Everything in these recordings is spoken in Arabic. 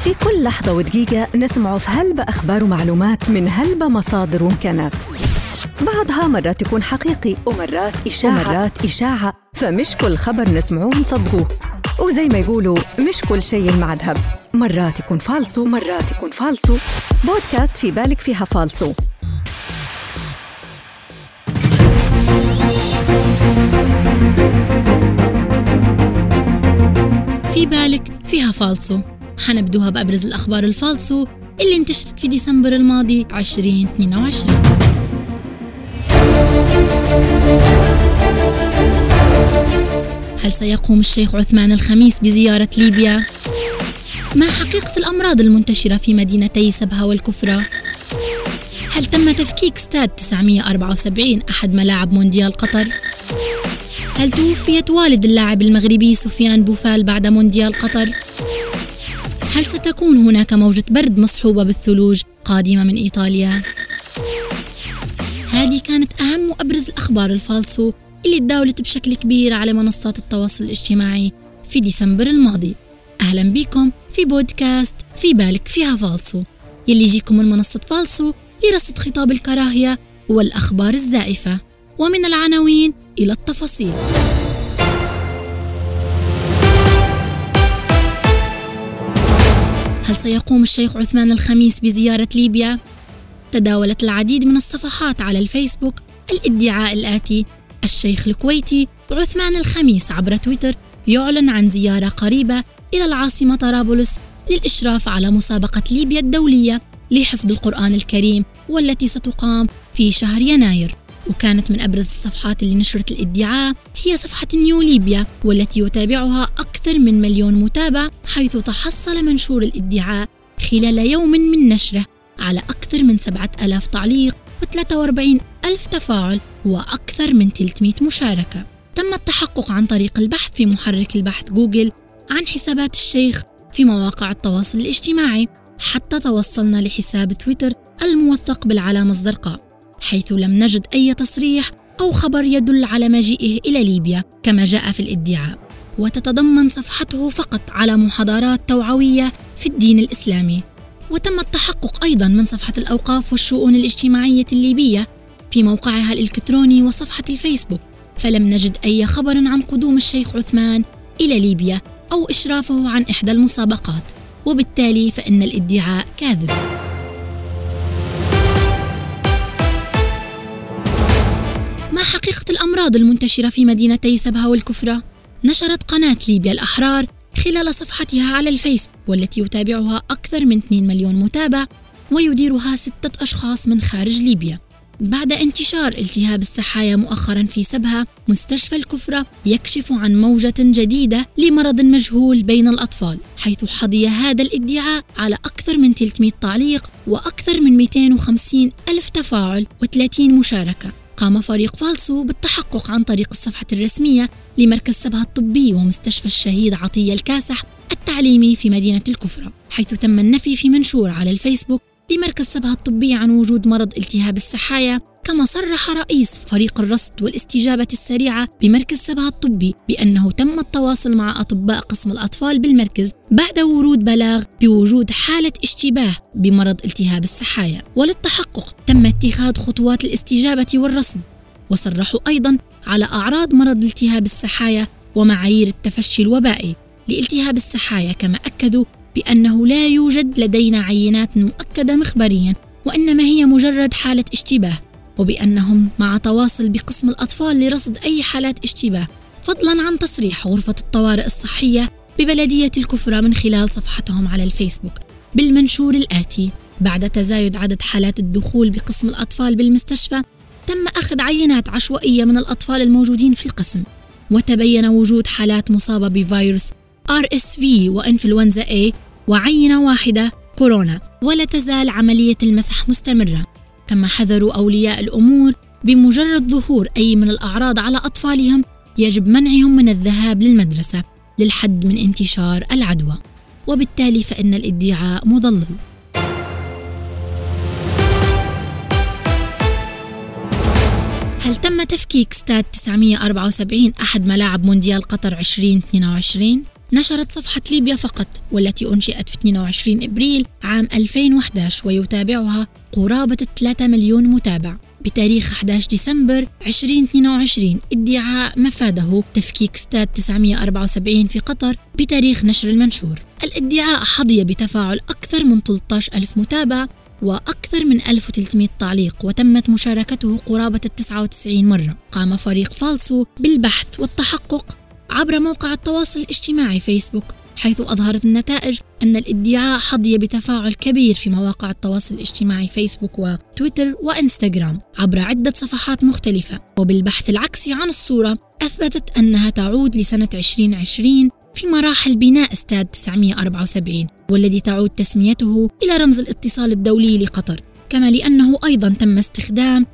في كل لحظة ودقيقة نسمع في هلبة أخبار ومعلومات من هلبة مصادر وإمكانات، بعضها مرات يكون حقيقي ومرات إشاعة، فمش كل خبر نسمعه نصدقوه، وزي ما يقولوا مش كل شيء مع ذهب، مرات يكون فالسو. بودكاست في بالك فيها فالسو. في بالك فيها فالسو، حنبدوها بأبرز الأخبار الفالسو اللي انتشرت في ديسمبر الماضي 2022. هل سيقوم الشيخ عثمان الخميس بزيارة ليبيا؟ ما حقيقة الأمراض المنتشرة في مدينتي سبها والكفرة؟ هل تم تفكيك استاد 974 أحد ملاعب مونديال قطر؟ هل توفيت والد اللاعب المغربي سفيان بوفال بعد مونديال قطر؟ هل ستكون هناك موجة برد مصحوبة بالثلوج قادمة من إيطاليا؟ هذه كانت أهم وأبرز الأخبار الفالسو اللي تداولت بشكل كبير على منصات التواصل الاجتماعي في ديسمبر الماضي. أهلا بكم في بودكاست في بالك فيها فالسو، يلي يجيكم من منصة فالسو لرصد خطاب الكراهية والأخبار الزائفة، ومن العناوين إلى التفاصيل. هل سيقوم الشيخ عثمان الخميس بزيارة ليبيا؟ تداولت العديد من الصفحات على الفيسبوك الادعاء الآتي: الشيخ الكويتي عثمان الخميس عبر تويتر يعلن عن زيارة قريبة إلى العاصمة طرابلس للإشراف على مسابقة ليبيا الدولية لحفظ القرآن الكريم، والتي ستقام في شهر يناير. وكانت من أبرز الصفحات اللي نشرت الادعاء هي صفحة نيو ليبيا، والتي يتابعها أكثر من 1,000,000 متابع، حيث تحصل منشور الادعاء خلال يوم من نشره على أكثر من 7,000 تعليق و43,000 تفاعل وأكثر من 300 مشاركة. تم التحقق عن طريق البحث في محرك البحث جوجل عن حسابات الشيخ في مواقع التواصل الاجتماعي، حتى توصلنا لحساب تويتر الموثق بالعلامة الزرقاء، حيث لم نجد أي تصريح أو خبر يدل على مجيئه إلى ليبيا كما جاء في الادعاء. وتتضمن صفحته فقط على محاضرات توعوية في الدين الإسلامي. وتم التحقق أيضا من صفحة الأوقاف والشؤون الاجتماعية الليبية في موقعها الإلكتروني وصفحة الفيسبوك، فلم نجد أي خبر عن قدوم الشيخ عثمان إلى ليبيا أو إشرافه عن إحدى المسابقات، وبالتالي فإن الادعاء كاذب. ما حقيقة الأمراض المنتشرة في مدينتي سبها والكفرة؟ نشرت قناة ليبيا الأحرار خلال صفحتها على الفيسبوك، والتي يتابعها أكثر من 2,000,000 متابع ويديرها 6 أشخاص من خارج ليبيا، بعد انتشار التهاب السحايا مؤخرا في سبها، مستشفى الكفرة يكشف عن موجة جديدة لمرض مجهول بين الأطفال، حيث حظي هذا الادعاء على أكثر من 300 تعليق وأكثر من 250,000 تفاعل و30 مشاركة. قام فريق فالسو بالتحقق عن طريق الصفحة الرسمية لمركز سبها الطبي ومستشفى الشهيد عطية الكاسح التعليمي في مدينة الكفرة، حيث تم النفي في منشور على الفيسبوك لمركز سبها الطبي عن وجود مرض التهاب السحايا. كما صرح رئيس فريق الرصد والاستجابة السريعة بمركز سبها الطبي بأنه تم التواصل مع أطباء قسم الأطفال بالمركز بعد ورود بلاغ بوجود حالة اشتباه بمرض التهاب السحايا، وللتحقق تم اتخاذ خطوات الاستجابة والرصد. وصرحوا أيضا على أعراض مرض التهاب السحايا ومعايير التفشي الوبائي لالتهاب السحايا، كما أكدوا بأنه لا يوجد لدينا عينات مؤكدة مخبريا، وإنما هي مجرد حالة اشتباه، وبأنهم مع تواصل بقسم الأطفال لرصد أي حالات اشتباه، فضلا عن تصريح غرفة الطوارئ الصحية ببلدية الكفرة من خلال صفحتهم على الفيسبوك بالمنشور الآتي: بعد تزايد عدد حالات الدخول بقسم الأطفال بالمستشفى، تم أخذ عينات عشوائية من الأطفال الموجودين في القسم، وتبين وجود حالات مصابة بفيروس RSV وإنفلونزا A وعينة واحدة كورونا، ولا تزال عملية المسح مستمرة. كما حذروا أولياء الأمور بمجرد ظهور أي من الأعراض على أطفالهم يجب منعهم من الذهاب للمدرسة للحد من انتشار العدوى، وبالتالي فإن الادعاء مضلل. هل تم تفكيك استاد 974 أحد ملاعب مونديال قطر 2022؟ نشرت صفحة ليبيا فقط، والتي أنشئت في 22 إبريل عام 2011 ويتابعها قرابة 3 مليون متابع. بتاريخ 11 ديسمبر 2022 ادعاء مفاده تفكيك استاد 974 في قطر بتاريخ نشر المنشور. الادعاء حظي بتفاعل أكثر من 13,000 متابع وأكثر من 1300 تعليق، وتمت مشاركته قرابة 99 مرة. قام فريق فالسو بالبحث والتحقق عبر موقع التواصل الاجتماعي فيسبوك، حيث أظهرت النتائج أن الادعاء حظي بتفاعل كبير في مواقع التواصل الاجتماعي فيسبوك وتويتر وإنستغرام عبر عدة صفحات مختلفة. وبالبحث العكسي عن الصورة أثبتت أنها تعود لسنة 2020 في مراحل بناء استاد 974، والذي تعود تسميته إلى رمز الاتصال الدولي لقطر، كما لأنه أيضا تم استخدام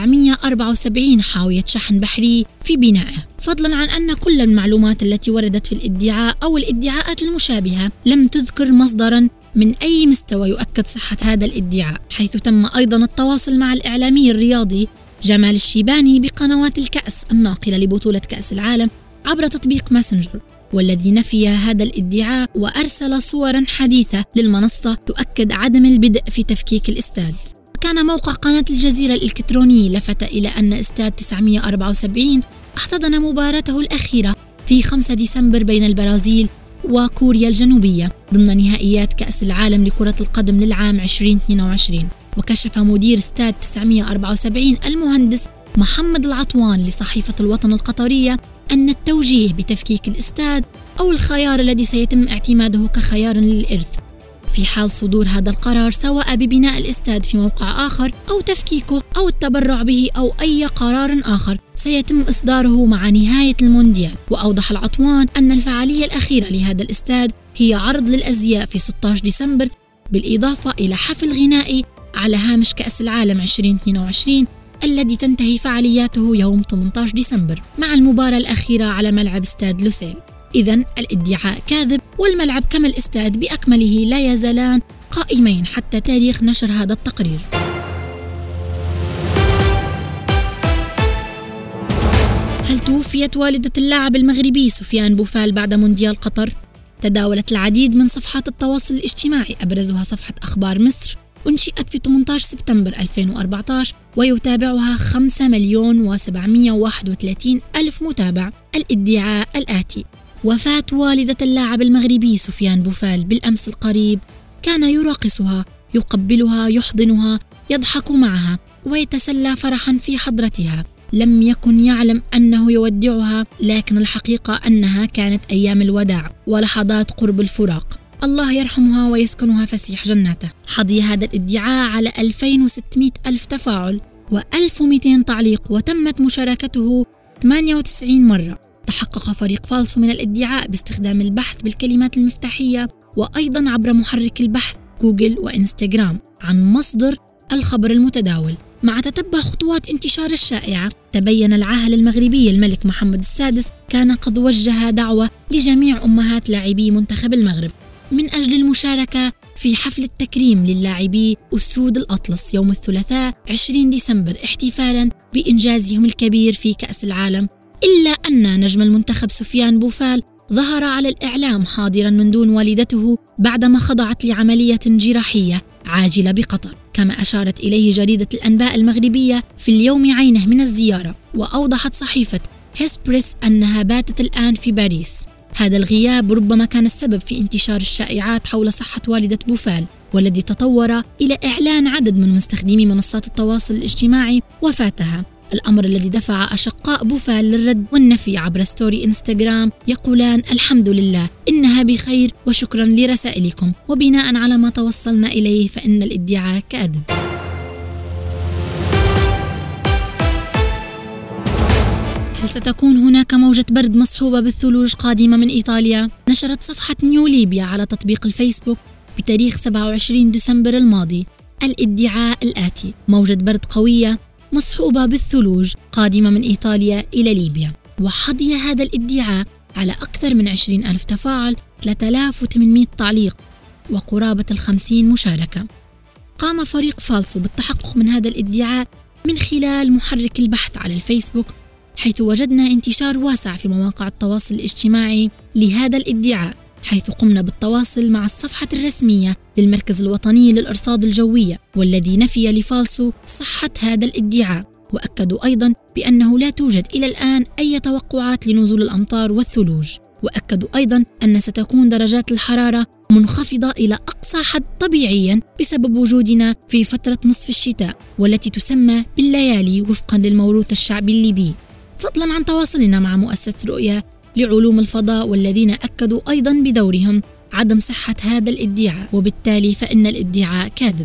974 حاوية شحن بحري في بنائه. فضلا عن أن كل المعلومات التي وردت في الادعاء أو الادعاءات المشابهة لم تذكر مصدرا من أي مستوى يؤكد صحة هذا الادعاء، حيث تم أيضا التواصل مع الإعلامي الرياضي جمال الشيباني بقنوات الكأس الناقلة لبطولة كأس العالم عبر تطبيق ماسنجر، والذي نفي هذا الادعاء وأرسل صورا حديثة للمنصة تؤكد عدم البدء في تفكيك الاستاد. كان موقع قناة الجزيرة الإلكتروني لفت إلى أن استاد 974 احتضن مباراته الأخيرة في 5 ديسمبر بين البرازيل وكوريا الجنوبية ضمن نهائيات كأس العالم لكرة القدم للعام 2022. وكشف مدير استاد 974 المهندس محمد العطوان لصحيفة الوطن القطرية أن التوجيه بتفكيك الاستاد أو الخيار الذي سيتم اعتماده كخيار للإرث في حال صدور هذا القرار، سواء ببناء الاستاد في موقع آخر أو تفكيكه أو التبرع به أو أي قرار آخر، سيتم إصداره مع نهاية المونديال. وأوضح العطوان أن الفعالية الأخيرة لهذا الاستاد هي عرض للأزياء في 16 ديسمبر، بالإضافة إلى حفل غنائي على هامش كأس العالم 2022 الذي تنتهي فعالياته يوم 18 ديسمبر مع المباراة الأخيرة على ملعب استاد لوسيل. إذن الادعاء كاذب، والملعب كما الاستاد بأكمله لا يزالان قائمين حتى تاريخ نشر هذا التقرير. هل توفيت والدة اللاعب المغربي سفيان بوفال بعد مونديال قطر؟ تداولت العديد من صفحات التواصل الاجتماعي، أبرزها صفحة أخبار مصر، أنشئت في 18 سبتمبر 2014 ويتابعها 5,731,000 متابع. الادعاء الآتي: وفاة والدة اللاعب المغربي سفيان بوفال بالأمس القريب، كان يراقصها، يقبلها، يحضنها، يضحك معها ويتسلى فرحا في حضرتها. لم يكن يعلم أنه يودعها، لكن الحقيقة أنها كانت أيام الوداع ولحظات قرب الفراق. الله يرحمها ويسكنها فسيح جناته. حظي هذا الادعاء على 2600,000 تفاعل و1200 تعليق، وتمت مشاركته 98 مرة. تحقق فريق فالسو من الادعاء باستخدام البحث بالكلمات المفتاحية وأيضا عبر محرك البحث جوجل وإنستغرام عن مصدر الخبر المتداول. مع تتبع خطوات انتشار الشائعة، تبين العاهل المغربي الملك محمد السادس كان قد وجه دعوة لجميع أمهات لاعبي منتخب المغرب من أجل المشاركة في حفل التكريم للاعبي أسود الأطلس يوم الثلاثاء 20 ديسمبر احتفالا بإنجازهم الكبير في كأس العالم. إلا أن نجم المنتخب سفيان بوفال ظهر على الإعلام حاضرا من دون والدته بعدما خضعت لعملية جراحية عاجلة بقطر، كما أشارت إليه جريدة الأنباء المغربية في اليوم عينه من الزيارة. وأوضحت صحيفة هيسبريس أنها باتت الآن في باريس. هذا الغياب ربما كان السبب في انتشار الشائعات حول صحة والدة بوفال، والذي تطور إلى إعلان عدد من مستخدمي منصات التواصل الاجتماعي وفاتها، الأمر الذي دفع أشقاء بوفال للرد والنفي عبر ستوري إنستغرام يقولان: الحمد لله إنها بخير وشكرا لرسائلكم، وبناء على ما توصلنا إليه فإن الادعاء كاذب. هل ستكون هناك موجة برد مصحوبة بالثلوج قادمة من إيطاليا؟ نشرت صفحة نيو ليبيا على تطبيق الفيسبوك بتاريخ 27 ديسمبر الماضي الادعاء الآتي: موجة برد قوية مصحوبة بالثلوج قادمة من إيطاليا إلى ليبيا. وحظي هذا الادعاء على أكثر من 20,000 تفاعل، 3800 تعليق، وقرابة 50 مشاركة. قام فريق فالسو بالتحقق من هذا الادعاء من خلال محرك البحث على الفيسبوك حيث وجدنا انتشار واسع في مواقع التواصل الاجتماعي لهذا الادعاء، حيث قمنا بالتواصل مع الصفحة الرسمية للمركز الوطني للأرصاد الجوية، والذي نفي لفالسو صحة هذا الادعاء، وأكدوا أيضاً بأنه لا توجد إلى الآن أي توقعات لنزول الأمطار والثلوج، وأكدوا أيضاً أن ستكون درجات الحرارة منخفضة إلى أقصى حد طبيعياً بسبب وجودنا في فترة نصف الشتاء، والتي تسمى بالليالي وفقاً للموروث الشعبي الليبي، فضلاً عن تواصلنا مع مؤسسة رؤية لعلوم الفضاء، والذين أكدوا أيضاً بدورهم عدم صحة هذا الادعاء، وبالتالي فإن الادعاء كاذب.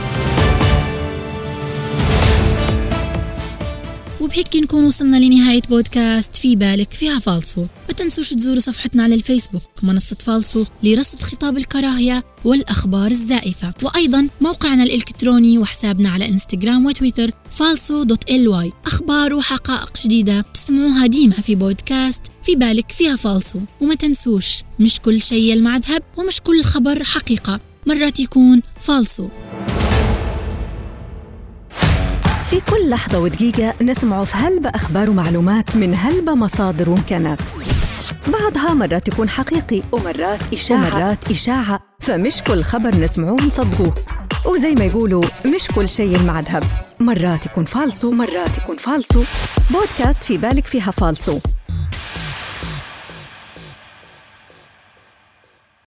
وبهيك نكون وصلنا لنهاية بودكاست في بالك فيها فالسو. ما تنسوش تزوروا صفحتنا على الفيسبوك منصة فالسو لرصد خطاب الكراهية والأخبار الزائفة، وأيضا موقعنا الإلكتروني وحسابنا على إنستغرام وتويتر falso.ly. أخبار وحقائق جديدة تسمعوها ديما في بودكاست في بالك فيها فالسو. وما تنسوش مش كل شيء يلمع ذهب ومش كل خبر حقيقة، مرات يكون فالسو. في كل لحظة ودقيقة نسمع في هلبة أخبار ومعلومات من هلبة مصادر وإمكانات، بعضها مرات يكون حقيقي ومرات إشاعة، فمش كل خبر نسمعوه نصدقوه، وزي ما يقولوا مش كل شيء مع ذهب، مرات يكون فالسو. بودكاست في بالك فيها فالسو